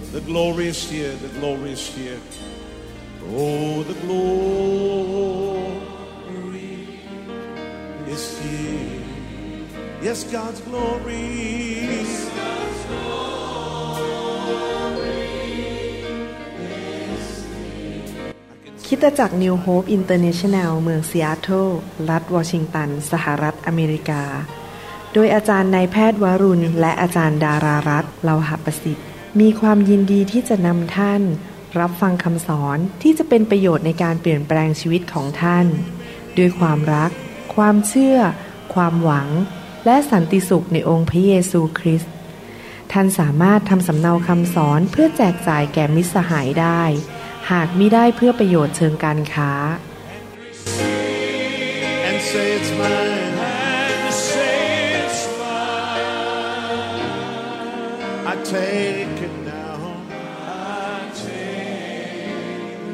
The glory is here. The glory is here. Oh, the glory is here. Yes, God's glory. Yes, God's glory is here. คริสตจักร New Hope International เมืองซีแอตเทิลรัฐวอชิงตันสหรัฐอเมริกาโดยอาจารย์นายแพทย์วรุณและอาจารย์ดารารัตน์เลาหประสิทธิ์มีความยินดีที่จะนำท่านรับฟังคำสอนที่จะเป็นประโยชน์ในการเปลี่ยนแปลงชีวิตของท่านด้วยความรักความเชื่อความหวังและสันติสุขในองค์พระเยซูคริสต์ท่านสามารถทำสำเนาคำสอนเพื่อแจกจ่ายแก่มิตรสหายได้หากมิได้เพื่อประโยชน์เชิงการค้า And say it's mine. And say it's mine. I take it now. I take it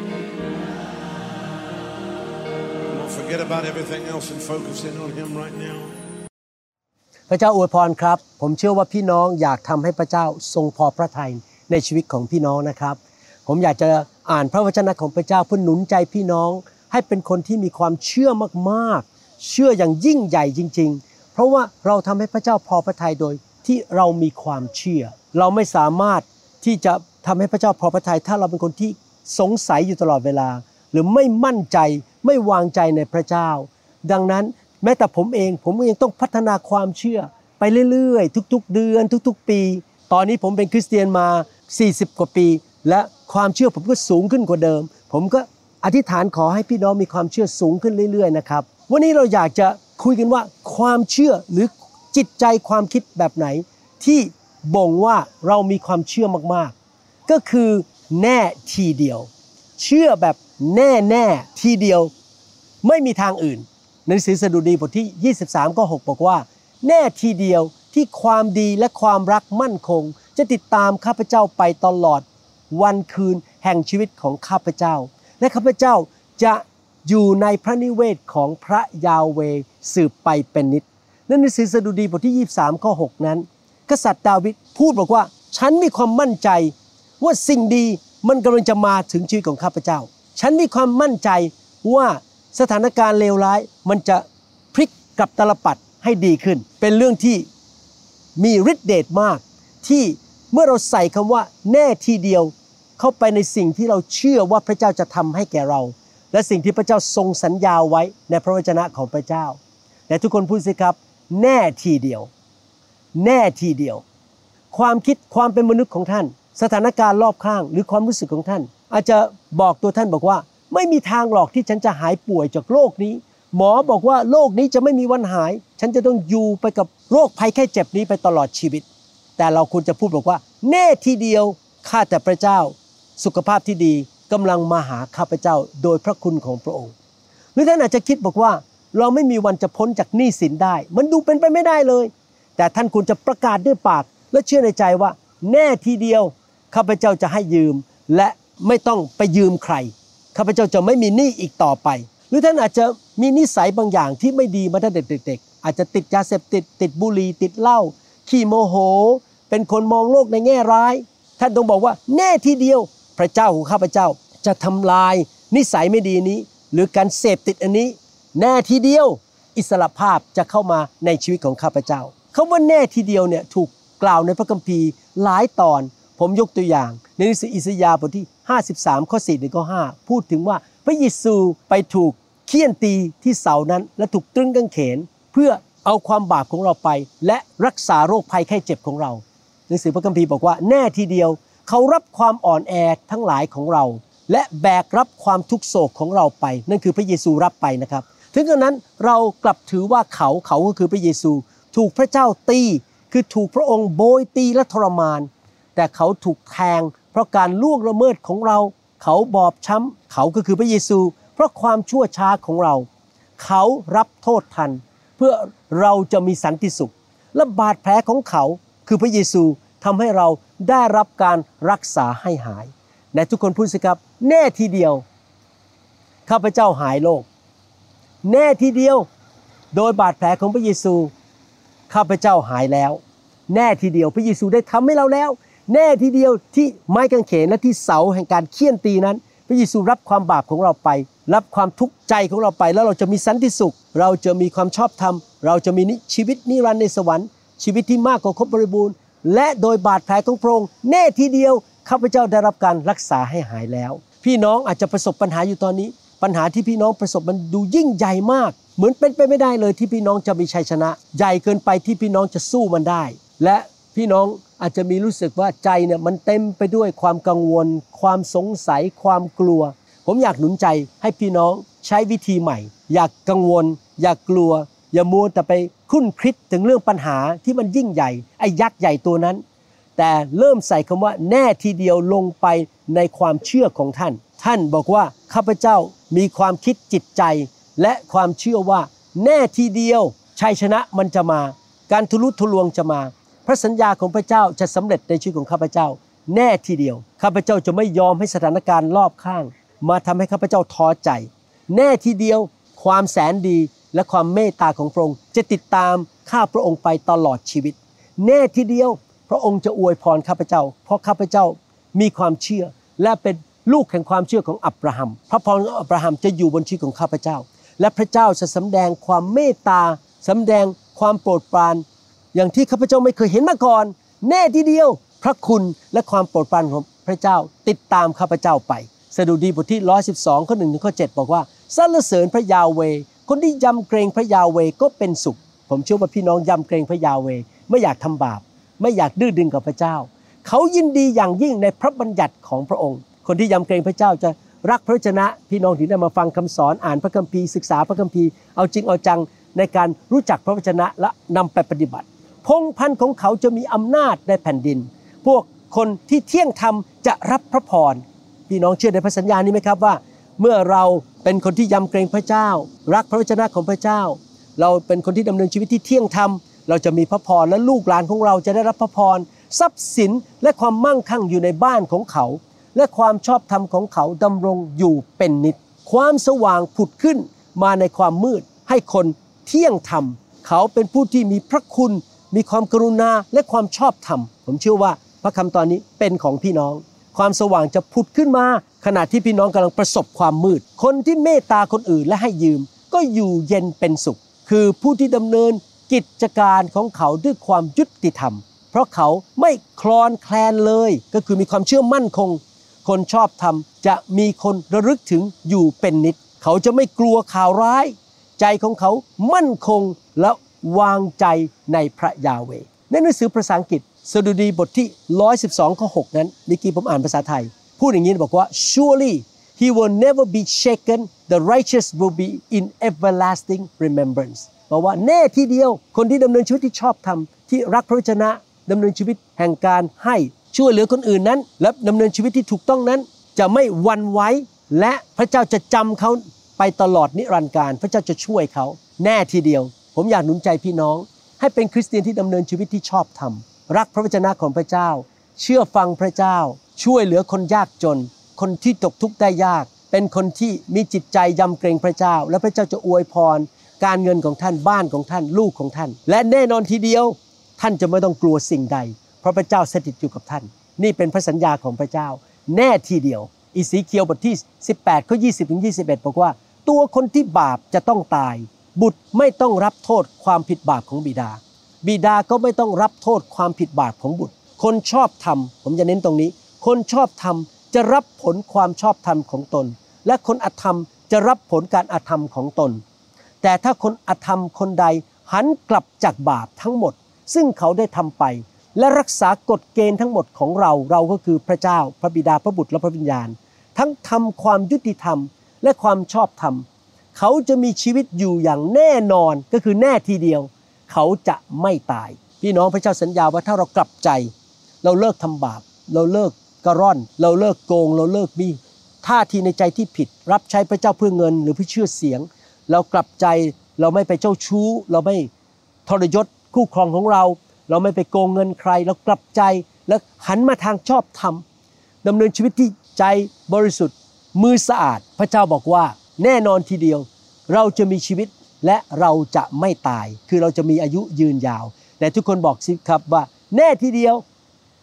now. Don't forget about everything else and focus in on Him right now. พระเจ้าอวยพรครับผมเชื่อว่าพี่น้องอยากทำให้พระเจ้าทรงพอพระทัยในชีวิตของพี่น้องนะครับผมอยากจะอ่านพระวจนะของพระเจ้าเพื่อหนุนใจพี่น้องให้เป็นคนที่มีความเชื่อมากๆเชื่ออย่างยิ่งใหญ่จริงๆเพราะว่าเราทำให้พระเจ้าพอพระทัยโดยที่เรามีความเชื่อเราไม่สามารถที่จะทำให้พระเจ้าพอพระทัยถ้าเราเป็นคนที่สงสัยอยู่ตลอดเวลาหรือไม่มั่นใจไม่วางใจในพระเจ้าดังนั้นแม้แต่ผมเองผมก็ยังต้องพัฒนาความเชื่อไปเรื่อยๆทุกๆเดือนทุกๆปีตอนนี้ผมเป็นคริสเตียนมา40กว่าปีและความเชื่อผมก็สูงขึ้นกว่าเดิมผมก็อธิษฐานขอให้พี่น้องมีความเชื่อสูงขึ้นเรื่อยๆนะครับวันนี้เราอยากจะคุยกันว่าความเชื่อหรือจิตใจความคิดแบบไหนที่บ่งว่าเรามีความเชื่อมากๆก็คือแน่ทีเดียวเชื่อแบบแน่ๆทีเดียวไม่มีทางอื่นในหนังสือสดุดีบทที่23ข้อ6บอกว่าแน่ทีเดียวที่ความดีและความรักมั่นคงจะติดตามข้าพเจ้าไปตลอดวันคืนแห่งชีวิตของข้าพเจ้าและข้าพเจ้าจะอยู่ในพระนิเวศของพระยาเวห์สืบไปเป็นนิจในหนังสือสดุดีบทที่23ข้อ6นั้นกษัตริย์ดาวิดพูดบอกว่าฉันมีความมั่นใจว่าสิ่งดีมันกำลังจะมาถึงชีวิตของข้าพเจ้าฉันมีความมั่นใจว่าสถานการณ์เลวร้ายมันจะพลิกกลับตลปัดให้ดีขึ้นเป็นเรื่องที่มีฤทธิ์เดชมากที่เมื่อเราใส่คำว่าแน่ทีเดียวเข้าไปในสิ่งที่เราเชื่อว่าพระเจ้าจะทำให้แก่เราและสิ่งที่พระเจ้าทรงสัญญาไว้ในพระวจนะของพระเจ้าและทุกคนพูดสิครับแน่ทีเดียวแน่ทีเดียวความคิดความเป็นมนุษย์ของท่านสถานการณ์รอบข้างหรือความรู้สึกของท่านอาจจะบอกตัวท่านบอกว่าไม่มีทางหรอกที่ฉันจะหายป่วยจากโรคนี้หมอบอกว่าโรคนี้จะไม่มีวันหายฉันจะต้องอยู่ไปกับโรคภัยไข้เจ็บนี้ไปตลอดชีวิตแต่เราควรจะพูดบอกว่าแน่ทีเดียวข้าแต่พระเจ้าสุขภาพที่ดีกำลังมาหาข้าพเจ้าโดยพระคุณของพระองค์หรือท่านอาจจะคิดบอกว่าเราไม่มีวันจะพ้นจากหนี้สินได้มันดูเป็นไปไม่ได้เลยแต่ท่านควรจะประกาศด้วยปากและเชื่อในใจว่าแน่ทีเดียวข้าพเจ้าจะให้ยืมและไม่ต้องไปยืมใครข้าพเจ้าจะไม่มีหนี้อีกต่อไปหรือท่านอาจจะมีนิสัยบางอย่างที่ไม่ดีมาตั้งแต่เด็กๆอาจจะติดยาเสพติดติดบุหรี่ติดเหล้าขี้โมโหเป็นคนมองโลกในแง่ร้ายท่านต้องบอกว่าแน่ทีเดียวพระเจ้าของข้าพเจ้าจะทำลายนิสัยไม่ดีนี้หรือการเสพติดอันนี้แน่ทีเดียวอิสรภาพจะเข้ามาในชีวิตของข้าพเจ้าคำว่าแน่ทีเดียวเนี่ยถูกกล่าวในพระคัมภีร์หลายตอนผมยกตัวอย่างในหนังสืออิสยาห์บทที่53ข้อ4ถึงข้อ5พูดถึงว่าพระเยซูไปถูกเฆี่ยนตีที่เสานั้นและถูกตรึงกางเขนเพื่อเอาความบาปของเราไปและรักษาโรคภัยไข้เจ็บของเราหนังสือพระคัมภีร์บอกว่าแน่ทีเดียวเขารับความอ่อนแอทั้งหลายของเราและแบกรับความทุกโศกของเราไปนั่นคือพระเยซูรับไปนะครับถึงกระนั้นเรากลับถือว่าเขาก็คือพระเยซูถูกพระเจ้าตีคือถูกพระองค์โบยตีและทรมานแต่เขาถูกแทงเพราะการล่วงละเมิดของเราเขาบอบช้ำเขาก็คือพระเยซูเพราะความชั่วช้าของเราเขารับโทษทันเพื่อเราจะมีสันติสุขและบาดแผลของเขาคือพระเยซูทำให้เราได้รับการรักษาให้หายและทุกคนพูดสิครับแน่ทีเดียวข้าพเจ้าหายโรคแน่ทีเดียวโดยบาดแผลของพระเยซูข้าพเจ้าหายแล้วแน่ทีเดียวพระเยซูได้ทำให้เราแล้วแน่ทีเดียวที่ไม้กางเขนและที่เสาแห่งการเฆี่ยนตีนั้นพระเยซูรับความบาปของเราไปรับความทุกข์ใจของเราไปแล้วเราจะมีสันติสุขเราจะมีความชอบธรรมเราจะมีชีวิตนิรันดร์ในสวรรค์ชีวิตที่มากกว่าครบบริบูรณ์และโดยบาดแผลของพระองค์แน่ทีเดียวข้าพเจ้าได้รับการรักษาให้หายแล้วพี่น้องอาจจะประสบปัญหาอยู่ตอนนี้ปัญหาที่พี่น้องประสบมันดูยิ่งใหญ่มากเหมือนเป็นไปไม่ได้เลยที่พี่น้องจะมีชัยชนะใหญ่เกินไปที่พี่น้องจะสู้มันได้และพี่น้องอาจจะมีรู้สึกว่าใจเนี่ยมันเต็มไปด้วยความกังวลความสงสัยความกลัวผมอยากหนุนใจให้พี่น้องใช้วิธีใหม่อย่ากังวลอย่ากลัวอย่ามัวแต่ไปคุ้นคิดถึงเรื่องปัญหาที่มันยิ่งใหญ่ไอ้ยักษ์ใหญ่ตัวนั้นแต่เริ่มใส่คำว่าแน่ทีเดียวลงไปในความเชื่อของท่านท่านบอกว่าข้าพเจ้ามีความคิดจิตใจและความเชื่อว่าแน่ทีเดียวชัยชนะมันจะมาการทะลุทะลวงจะมาพระสัญญาของพระเจ้าจะสำเร็จในชีวิตของข้าพเจ้าแน่ทีเดียวข้าพเจ้าจะไม่ยอมให้สถานการณ์รอบข้างมาทำให้ข้าพเจ้าท้อใจแน่ทีเดียวความแสนดีและความเมตตาของพระองค์จะติดตามข้าพระองค์ไปตลอดชีวิตแน่ทีเดียวพระองค์จะอวยพรข้าพเจ้าเพราะข้าพเจ้ามีความเชื่อและเป็นลูกแห่งความเชื่อของอับราฮัมพระพรของอับราฮัมจะอยู่บนชีวิตของข้าพเจ้าและพระเจ้าจะสำแดงความเมตตาสำแดงความโปรดปรานอย่างที่ข้าพเจ้าไม่เคยเห็นมาก่อนแน่ทีเดียวพระคุณและความโปรดปรานของพระเจ้าติดตามข้าพเจ้าไปสดุดีบทที่112ข้อ1ถึงข้อ7บอกว่าสรรเสริญพระยาเวห์คนที่ยำเกรงพระยาเวห์ก็เป็นสุขผมเชื่อว่าพี่น้องยำเกรงพระยาเวห์ไม่อยากทำบาปไม่อยากดื้อดึงกับพระเจ้าเขายินดีอย่างยิ่งในพระบัญญัติของพระองค์คนที่ยำเกรงพระเจ้าจะรักพระวจนะพี่น้องที่ได้มาฟังคำสอนอ่านพระคัมภีร์ศึกษาพระคัมภีร์เอาจริงเอาจังในการรู้จักพระวจนะและนำไปปฏิบัติพงศ์พันธุ์ของเขาจะมีอำนาจในแผ่นดินพวกคนที่เที่ยงธรรมจะรับพระพรพี่น้องเชื่อในพระสัญญานี้ไหมครับว่าเมื่อเราเป็นคนที่ยำเกรงพระเจ้ารักพระวจนะของพระเจ้าเราเป็นคนที่ดำเนินชีวิตที่เที่ยงธรรมเราจะมีพระพรและลูกหลานของเราจะได้รับพระพรทรัพย์สินและความมั่งคั่งอยู่ในบ้านของเขาและความชอบธรรมของเขาดำรงอยู่เป็นนิจความสว่างผุดขึ้นมาในความมืดให้คนเที่ยงธรรมเขาเป็นผู้ที่มีพระคุณมีความกรุณาและความชอบธรรมผมเชื่อว่าพระคำตอนนี้เป็นของพี่น้องความสว่างจะผุดขึ้นมาขณะที่พี่น้องกำลังประสบความมืดคนที่เมตตาคนอื่นและให้ยืมก็อยู่เย็นเป็นสุขคือผู้ที่ดำเนินกิจการของเขาด้วยความยุติธรรมเพราะเขาไม่คลอนแคลนเลยก็คือมีความเชื่อมั่นคงคนชอบธรรมจะมีคนระลึกถึงอยู่เป็นนิจเขาจะไม่กลัวข่าวร้ายใจของเขามั่นคงและวางใจในพระยาเวห์ในหนังสือภาษาอังกฤษสดุดีบทที่112ข้อ6นั้นเมื่อกี้ผมอ่านภาษาไทยพูดอย่างนี้บอกว่า surely he will never be shaken the righteous will be in everlasting remembrance บอกว่าแน่ทีเดียวคนที่ดำเนินชีวิตที่ชอบธรรมที่รักพระวจนะดำเนินชีวิตแห่งการให้ช่วยเหลือคนอื่นนั้นและดำเนินชีวิตที่ถูกต้องนั้นจะไม่หวั่นไหวและพระเจ้าจะจำเขาไปตลอดนิรันดร์กาลพระเจ้าจะช่วยเขาแน่ทีเดียวผมอยากหนุนใจพี่น้องให้เป็นคริสเตียนที่ดำเนินชีวิตที่ชอบธรรมรักพระวจนะของพระเจ้าเชื่อฟังพระเจ้าช่วยเหลือคนยากจนคนที่ตกทุกข์ได้ยากเป็นคนที่มีจิตใจยำเกรงพระเจ้าและพระเจ้าจะอวยพรการเงินของท่านบ้านของท่านลูกของท่านและแน่นอนทีเดียวท่านจะไม่ต้องกลัวสิ่งใดเพราะพระเจ้าสถิตอยู่กับท่านนี่เป็นพระสัญญาของพระเจ้าแน่ทีเดียวอีสีเคียวบทที่18ข้อ20ถึง21บอกว่าตัวคนที่บาปจะต้องตายบุตรไม่ต้องรับโทษความผิดบาปของบิดาบิดาก็ไม่ต้องรับโทษความผิดบาปของบุตรคนชอบธรรมผมจะเน้นตรงนี้คนชอบธรรมจะรับผลความชอบธรรมของตนและคนอธรรมจะรับผลการอธรรมของตนแต่ถ้าคนอธรรมคนใดหันกลับจากบาปทั้งหมดซึ่งเขาได้ทำไปและรักษากฎเกณฑ์ทั้งหมดของเราก็คือพระเจ้าพระบิดาพระบุตรและพระวิญญาณทั้งทำความยุติธรรมและความชอบธรรมเขาจะมีชีวิตอยู่อย่างแน่นอนก็คือแน่ทีเดียวเขาจะไม่ตายพี่น้องพระเจ้าสัญญาว่าถ้าเรากลับใจเราเลิกทำบาปเราเลิกกระร่อนเราเลิกโกงเราเลิกมีท่าทีในใจที่ผิดรับใช้พระเจ้าเพื่อเงินหรือเพื่อชื่อเสียงเรากลับใจเราไม่ไปเจ้าชู้เราไม่ทรยศคู่ครองของเราไม่ไปโกงเงินใครเรากลับใจแล้วหันมาทางชอบธรรมดำเนินชีวิตที่ใจบริสุทธิ์มือสะอาดพระเจ้าบอกว่าแน่นอนทีเดียวเราจะมีชีวิตและเราจะไม่ตายคือเราจะมีอายุยืนยาวแต่ทุกคนบอกสิครับว่าแน่ทีเดียว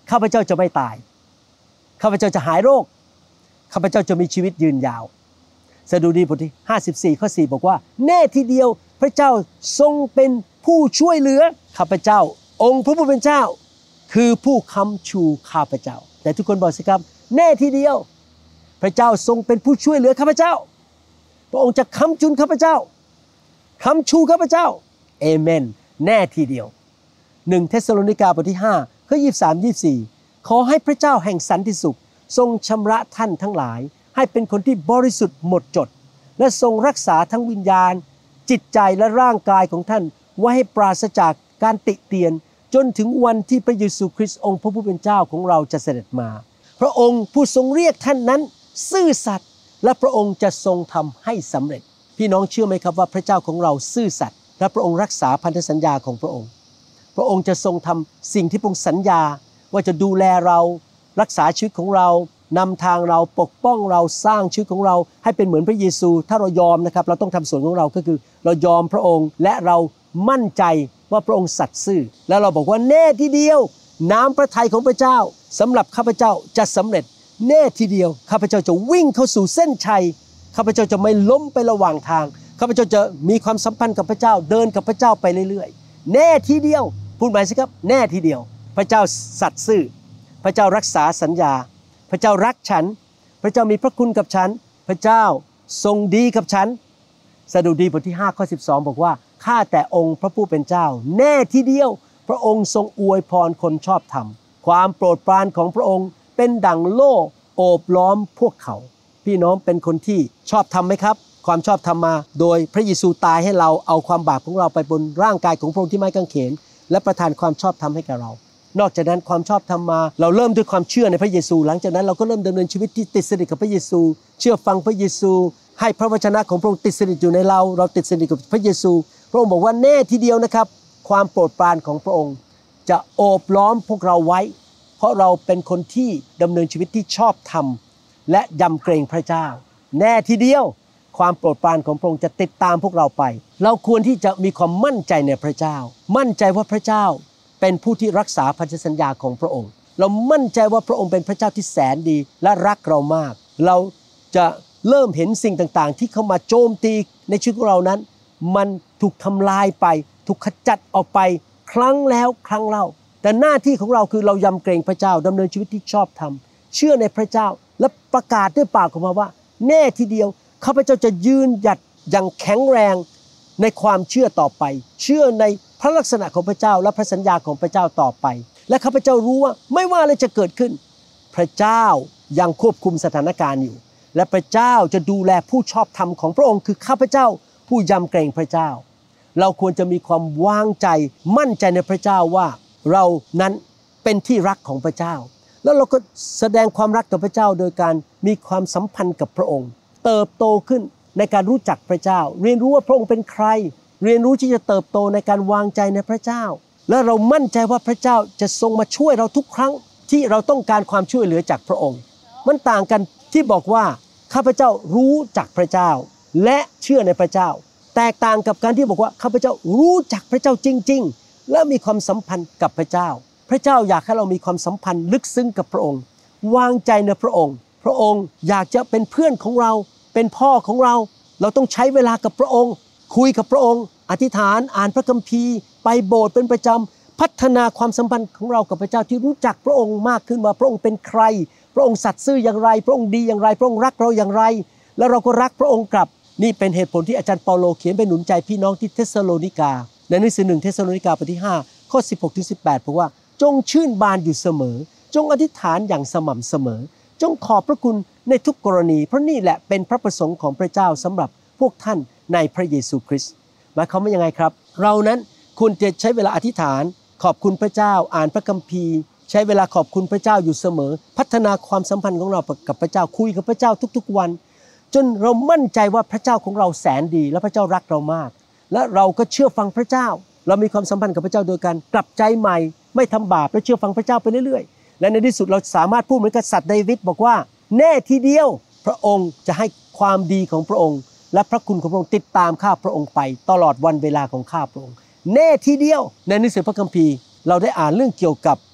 ข้าพเจ้าจะไม่ตายข้าพเจ้าจะหายโรคข้าพเจ้าจะมีชีวิตยืนยาวสดุดีบทที่54ข้อ4บอกว่าแน่ทีเดียวพระเจ้าทรงเป็นผู้ช่วยเหลือข้าพเจ้าองค์พระผู้เป็นเจ้าคือผู้ค้ำชูข้าพเจ้าแต่ทุกคนบอกสิครับแน่ทีเดียวพระเจ้าทรงเป็นผู้ช่วยเหลือข้าพเจ้าพระองค์จะค้ำจุนข้าพเจ้าค้ำชูข้าพเจ้าเอเมนแน่ทีเดียว1เธสสโลนิกาบทที่5ข้อ23-24ขอให้พระเจ้าแห่งสันติสุขทรงชำระท่านทั้งหลายให้เป็นคนที่บริสุทธิ์หมดจดและทรงรักษาทั้งวิญญาณจิตใจและร่างกายของท่านไว้ให้ปราศจากการติเตียนจนถึงวันที่พระเยซูคริสต์องค์พระผู้เป็นเจ้าของเราจะเสด็จมาพระองค์ผู้ทรงเรียกท่านนั้นซื่อสัตย์และพระองค์จะทรงทำให้สำเร็จพี่น้องเชื่อไหมครับว่าพระเจ้าของเราซื่อสัตย์และพระองค์รักษาพันธสัญญาของพระองค์พระองค์จะทรงทำสิ่งที่พระองค์สัญญาว่าจะดูแลเรารักษาชีวิตของเรานำทางเราปกป้องเราสร้างชีวิตของเราให้เป็นเหมือนพระเยซูถ้าเรายอมนะครับเราต้องทำส่วนของเราก็คือเรายอมพระองค์และเรามั่นใจว่าพระองค์สัตย์ซื่อและเราบอกว่าแน่ทีเดียวน้ำพระทัยของพระเจ้าสำหรับข้าพเจ้าจะสำเร็จแน่ทีเดียวข้าพเจ้าจะวิ่งเข้าสู่เส้นชัยข้าพเจ้าจะไม่ล้มไประหว่างทางข้าพเจ้าจะมีความสัมพันธ์กับพระเจ้าเดินกับพระเจ้าไปเรื่อยๆแน่ทีเดียวพูดใหม่สิครับแน่ทีเดียวพระเจ้าสัตย์ซื่อพระเจ้ารักษาสัญญาพระเจ้ารักฉันพระเจ้ามีพระคุณกับฉันพระเจ้าทรงดีกับฉันสดุดีบทที่5ข้อ12บอกว่าข้าแต่องค์พระผู้เป็นเจ้าแน่ทีเดียวพระองค์ทรงอวยพรคนชอบธรรมความโปรดปรานของพระองค์เป็นดั่งโล่โอบล้อมพวกเขาพี่น้องเป็นคนที่ชอบธรรมไหมครับความชอบธรรมมาโดยพระเยซูตายให้เราเอาความบาปของเราไปบนร่างกายของพระองค์ที่ไม้กางเขนและประทานความชอบธรรมให้แก่เรานอกจากนั้นความชอบธรรมมาเราเริ่มด้วยความเชื่อในพระเยซูหลังจากนั้นเราก็เริ่มดำเนินชีวิตที่ติดสนิทกับพระเยซูเชื่อฟังพระเยซูให้พระวจนะของพระองค์ติดสนิทอยู่ในเราติดสนิทกับพระเยซูพระองค์บอกว่าแน่ทีเดียวนะครับความโปรดปรานของพระองค์จะโอบล้อมพวกเราไว้เพราะเราเป็นคนที่ดำเนินชีวิตที่ชอบธรรมและยำเกรงพระเจ้าแน่ทีเดียวความโปรดปรานของพระองค์จะติดตามพวกเราไปเราควรที่จะมีความมั่นใจในพระเจ้ามั่นใจว่าพระเจ้าเป็นผู้ที่รักษาพันธสัญญาของพระองค์เรามั่นใจว่าพระองค์เป็นพระเจ้าที่แสนดีและรักเรามากเราจะเริ่มเห็นสิ่งต่างๆที่เข้ามาโจมตีในชีวิตของเรานั้นมันถูกทำลายไปถูกขจัดออกไปครั้งแล้วครั้งเล่าแต่หน้าที่ของเราคือเรายำเกรงพระเจ้าดำเนินชีวิตที่ชอบธรรมเชื่อในพระเจ้าและประกาศด้วยปากของเราว่าแน่ทีเดียวข้าพเจ้าจะยืนหยัดอย่างแข็งแรงในความเชื่อต่อไปเชื่อในพระลักษณะของพระเจ้าและพระสัญญาของพระเจ้าต่อไปและข้าพเจ้ารู้ว่าไม่ว่าอะไรจะเกิดขึ้นพระเจ้ายังควบคุมสถานการณ์อยู่และพระเจ้าจะดูแลผู้ชอบธรรมของพระองค์คือข้าพเจ้าผู้ยำเกรงพระเจ้าเราควรจะมีความวางใจมั่นใจในพระเจ้าว่าเรานั้นเป็นที่รักของพระเจ้าแล้วเราก็แสดงความรักต่อพระเจ้าโดยการมีความสัมพันธ์กับพระองค์เติบโตขึ้นในการรู้จักพระเจ้าเรียนรู้ว่าพระองค์เป็นใครเรียนรู้ที่จะเติบโตในการวางใจในพระเจ้าและเรามั่นใจว่าพระเจ้าจะทรงมาช่วยเราทุกครั้งที่เราต้องการความช่วยเหลือจากพระองค์มันต่างกันที่บอกว่าข้าพเจ้ารู้จักพระเจ้าและเชื่อในพระเจ้าแตกต่างกับการที่บอกว่าข้าพเจ้ารู้จักพระเจ้าจริงๆและมีความสัมพันธ์กับพระเจ้าพระเจ้าอยากให้เรามีความสัมพันธ์ลึกซึ้งกับพระองค์วางใจในพระองค์พระองค์อยากจะเป็นเพื่อนของเราเป็นพ่อของเราเราต้องใช้เวลากับพระองค์คุยกับพระองค์อธิษฐานอ่านพระคัมภีร์ไปโบสถ์เป็นประจำพัฒนาความสัมพันธ์ของเรากับพระเจ้าที่รู้จักพระองค์มากขึ้นว่าพระองค์เป็นใครพระองค์สัตย์ซื่ออย่างไรพระองค์ดีอย่างไรพระองค์รักเราอย่างไรแล้วเราก็รักพระองค์กลับนี่เป็นเหตุผลที่อาจารย์เปาโลเขียนไปหนุนใจพี่น้องที่เธสซาโลนิกาในหนังสือ1เธสซาโลนิกาบทที่5ข้อ 16-18 บอกว่าจงชื่นบานอยู่เสมอจงอธิษฐานอย่างสม่ำเสมอจงขอบพระคุณในทุกกรณีเพราะนี่แหละเป็นพระประสงค์ของพระเจ้าสำหรับพวกท่านในพระเยซูคริสต์หมายความว่ายังไงครับเรานั้นควรจะใช้เวลาอธิษฐานขอบคุณพระเจ้าอ่านพระคัมภีร์ใช้เวลาขอบคุณพระเจ้าอยู่เสมอพัฒนาความสัมพันธ์ของเรากับพระเจ้าคุยกับพระเจ้าทุกๆวันจนเรามั่นใจว่าพระเจ้าของเราแสนดีและพระเจ้ารักเรามากและเราก็เชื่อฟังพระเจ้าเรามีความสัมพันธ์กับพระเจ้าโดยการกลับใจใหม่ไม่ทำบาปและเชื่อฟังพระเจ้าไปเรื่อยๆและในที่สุดเราสามารถพูดเหมือนกษัตริย์เดวิดบอกว่าแน่ทีเดียวพระองค์จะให้ความดีของพระองค์และพระคุณของพระองค์ติดตามข้าพระองค์ไปตลอดวันเวลาของข้าพระองค์แน่ทีเดียวในหนังสือพระคัมภีร์เราได้อ่านเรื่องเกี่ยวกับ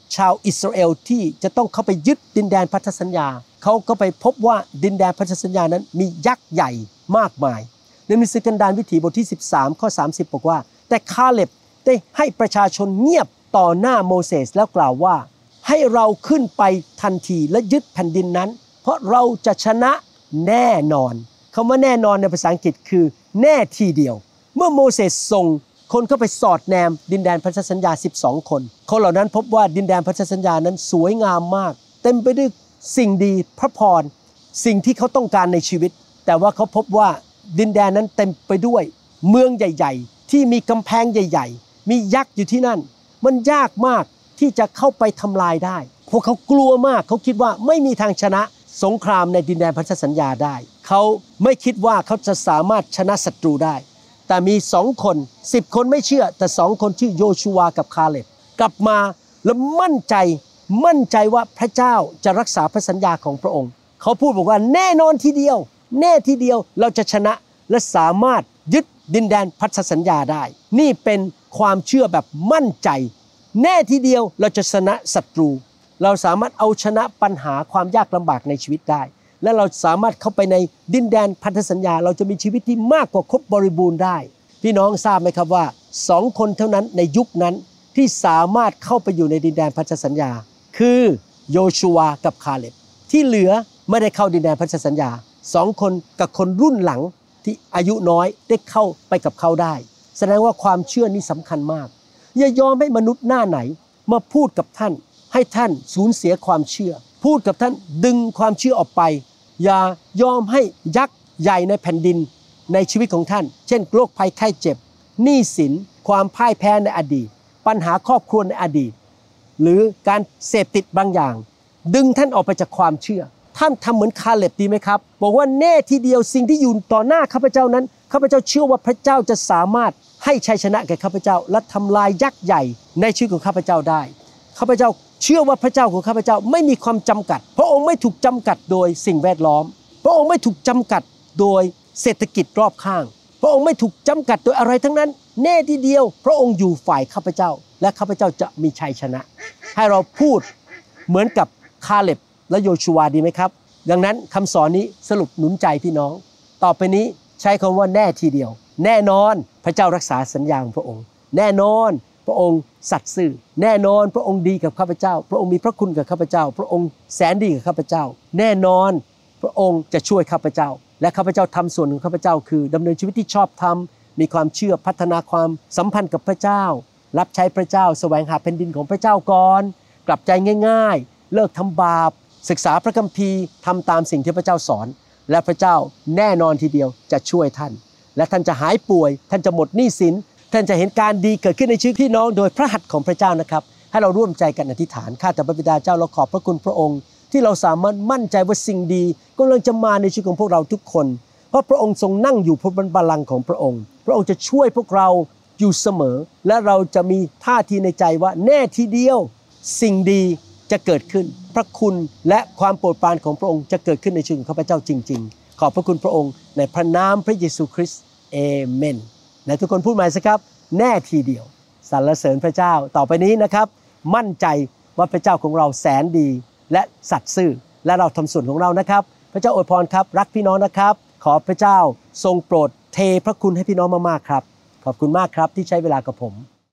ชาวอิสราเอลที่จะต้องเข้าไปยึดดินแดนพันธสัญญาเขาก็ไปพบว่าดินแดนพันธสัญญานั้นมียักษ์ใหญ่มากมายในหนังสือกันดารวิถีบทที่13ข้อ30บอกว่าแต่คาเล็บได้ให้ประชาชนเงียบต่อหน้าโมเสสแล้วกล่าวว่าให้เราขึ้นไปทันทีและยึดแผ่นดินนั้นเพราะเราจะชนะแน่นอนคำว่าแน่นอนในภาษาอังกฤษคือแน่ทีเดียวเมื่อโมเสสส่งคนเข้าไปสอดแนมดินแดนพันธสัญญา12คนคนเหล่านั้นพบว่าดินแดนพันธสัญญานั้นสวยงามมากเต็มไปด้วยสิ่งดีพระพรสิ่งที่เขาต้องการในชีวิตแต่ว่าเขาพบว่าดินแดนนั้นเต็มไปด้วยเมืองใหญ่ๆที่มีกำแพงใหญ่ๆมียักษ์อยู่ที่นั่นมันยากมากที่จะเข้าไปทำลายได้พวกเขากลัวมากเขาคิดว่าไม่มีทางชนะสงครามในดินแดนพันธสัญญาได้เขาไม่คิดว่าเขาจะสามารถชนะศัตรูได้แต่มี2คน10คนไม่เชื่อแต่2คนชื่อโยชูวากับคาเล็บกลับมาและมั่นใจว่าพระเจ้าจะรักษาพระสัญญาของพระองค์เขาพูดบอกว่าแน่นอนทีเดียวเราจะชนะและสามารถยึดดินแดนพันธสัญญาได้นี่เป็นความเชื่อแบบมั่นใจแน่ทีเดียวเราจะชนะศัตรูเราสามารถเอาชนะปัญหาความยากลำบากในชีวิตได้และเราสามารถเข้าไปในดินแดนพันธสัญญาเราจะมีชีวิตที่มากกว่าครบบริบูรณ์ได้พี่น้องทราบไหมครับว่า2คนเท่านั้นในยุคนั้นที่สามารถเข้าไปอยู่ในดินแดนพันธสัญญาคือโยชูวากับคาเล็บที่เหลือไม่ได้เข้าดินแดนพันธสัญญา2คนกับคนรุ่นหลังที่อายุน้อยได้เข้าไปกับเขาได้แสดงว่าความเชื่อนี้สำคัญมากอย่ายอมให้มนุษย์หน้าไหนมาพูดกับท่านให้ท่านสูญเสียความเชื่อพูดกับท่านดึงความเชื่อออกไปอย่ายอมให้ยักษ์ใหญ่ในแผ่นดินในชีวิตของท่านเช่นโรคภัยไข้เจ็บหนี้สินความพ่ายแพ้ในอดีตปัญหาครอบครัวในอดีตหรือการเสพติดบางอย่างดึงท่านออกไปจากความเชื่อท่านทำเหมือนคาเล็บดีไหมครับบอกว่าแน่ทีเดียวสิ่งที่อยู่ต่อหน้าข้าพเจ้านั้นข้าพเจ้าเชื่อว่าพระเจ้าจะสามารถให้ชัยชนะแก่ข้าพเจ้าและทำลายยักษ์ใหญ่ในชีวิตของข้าพเจ้าได้ข้าพเจ้าเชื่อว่าพระเจ้าของข้าพเจ้าไม่มีความจำกัดพระองค์ไม่ถูกจำกัดโดยสิ่งแวดล้อมพระองค์ไม่ถูกจำกัดโดยเศรษฐกิจรอบข้างพระองค์ไม่ถูกจำกัดโดยอะไรทั้งนั้นแน่ทีเดียวพระองค์อยู่ฝ่ายข้าพเจ้าและข้าพเจ้าจะมีชัยชนะให้เราพูดเหมือนกับคาเล็บและโยชูวาดีไหมครับดังนั้นคำสอนนี้สรุปหนุนใจพี่น้องต่อไปนี้ใช้คำว่าแน่ทีเดียวแน่นอนพระเจ้ารักษาสัญญาของพระองค์แน่นอนพระองค์สัตย์ซื่อแน่นอนพระองค์ดีกับข้าพเจ้าพระองค์มีพระคุณกับข้าพเจ้าพระองค์แสนดีกับข้าพเจ้าแน่นอนพระองค์จะช่วยข้าพเจ้าและข้าพเจ้าทำส่วนของข้าพเจ้าคือดำเนินชีวิตที่ชอบธรรมมีความเชื่อพัฒนาความสัมพันธ์กับพระเจ้ารับใช้พระเจ้าแสวงหาแผ่นดินของพระเจ้าก่อนกลับใจง่ายๆเลิกทำบาปศึกษาพระคัมภีร์ทำตามสิ่งที่พระเจ้าสอนและพระเจ้าแน่นอนทีเดียวจะช่วยท่านและท่านจะหายป่วยท่านจะหมดหนี้สินท่านจะเห็นการดีเกิดขึ้นในชีวิตพี่น้องโดยพระหัตถ์ของพระเจ้านะครับให้เราร่วมใจกันอธิษฐานข้าแต่พระบิดาเจ้าเราขอบพระคุณพระองค์ที่เราสามารถมั่นใจว่าสิ่งดีกำลังจะมาในชีวิตของพวกเราทุกคนเพราะพระองค์ทรงนั่งอยู่บนบัลลังก์ของพระองค์พระองค์จะช่วยพวกเราอยู่เสมอและเราจะมีท่าทีในใจว่าแน่ทีเดียวสิ่งดีจะเกิดขึ้นพระคุณและความโปรดปรานของพระองค์จะเกิดขึ้นในชีวิตของข้าพเจ้าจริงๆขอบพระคุณพระองค์ในพระนามพระเยซูคริสต์เอเมนและทุกคนพูดใหม่สิครับแน่ทีเดียวสรรเสริญพระเจ้าต่อไปนี้นะครับมั่นใจว่าพระเจ้าของเราแสนดีและสัตย์ซื่อและเราทำส่วนของเรานะครับพระเจ้าอวยพรครับรักพี่น้องนะครับขอพระเจ้าทรงโปรดเทพระคุณให้พี่น้องมากๆครับขอบคุณมากครับที่ใช้เวลากับผม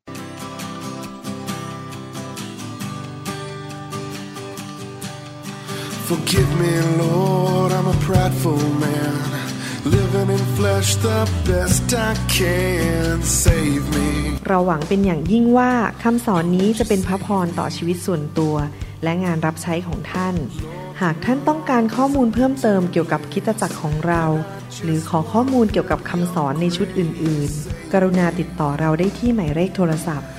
Forgive me, Lord, I'm a prideful man, living in flesh the best I can. Save me. เราหวังเป็นอย่างยิ่งว่าคำสอนนี้จะเป็นพระพรต่อชีวิตส่วนตัวและงานรับใช้ของท่านหากท่านต้องการข้อมูลเพิ่มเติมเกี่ยวกับคริสตจักรของเราหรือขอข้อมูลเกี่ยวกับคำสอนในชุดอื่นๆกรุณาติดต่อเราได้ที่หมายเลขโทรศัพท์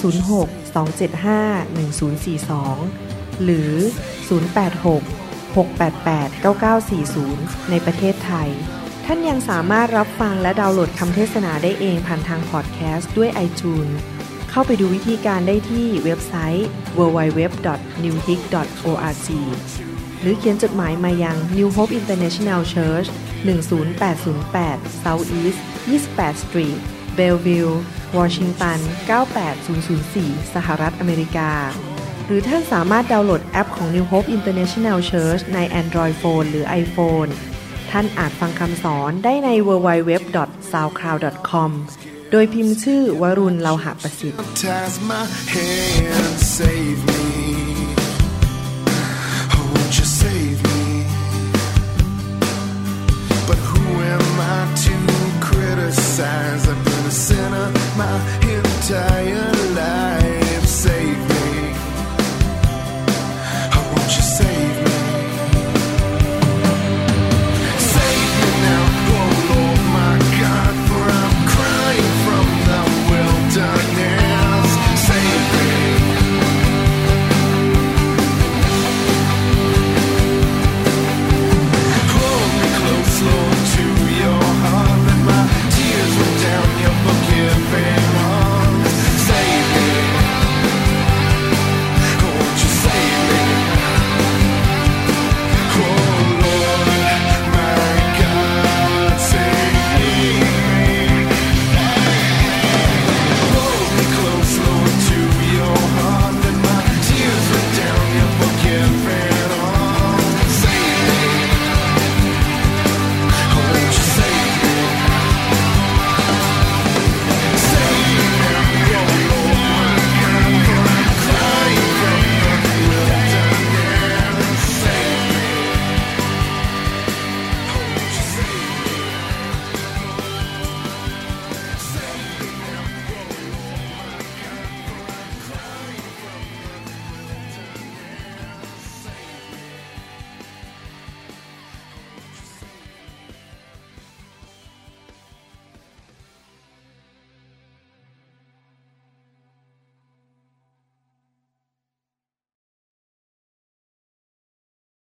206-275-1042หรือ086-688-9940ในประเทศไทยท่านยังสามารถรับฟังและดาวน์โหลดคำเทศนาได้เองผ่านทางพอดแคสต์ด้วย iTunes เข้าไปดูวิธีการได้ที่เว็บไซต์ www.newhope.org หรือเขียนจดหมายมายัง New Hope International Church 10808 South East 28 Street Bellevue Washington 98004 สหรัฐอเมริกาหรือท่านสามารถดาวน์โหลดแอปของ New Hope International Church ใน Android Phone หรือ iPhone ท่านอาจฟังคำสอนได้ใน www.soundcloud.com โดยพิมพ์ชื่อวรุณ เลาหะประสิทธิ์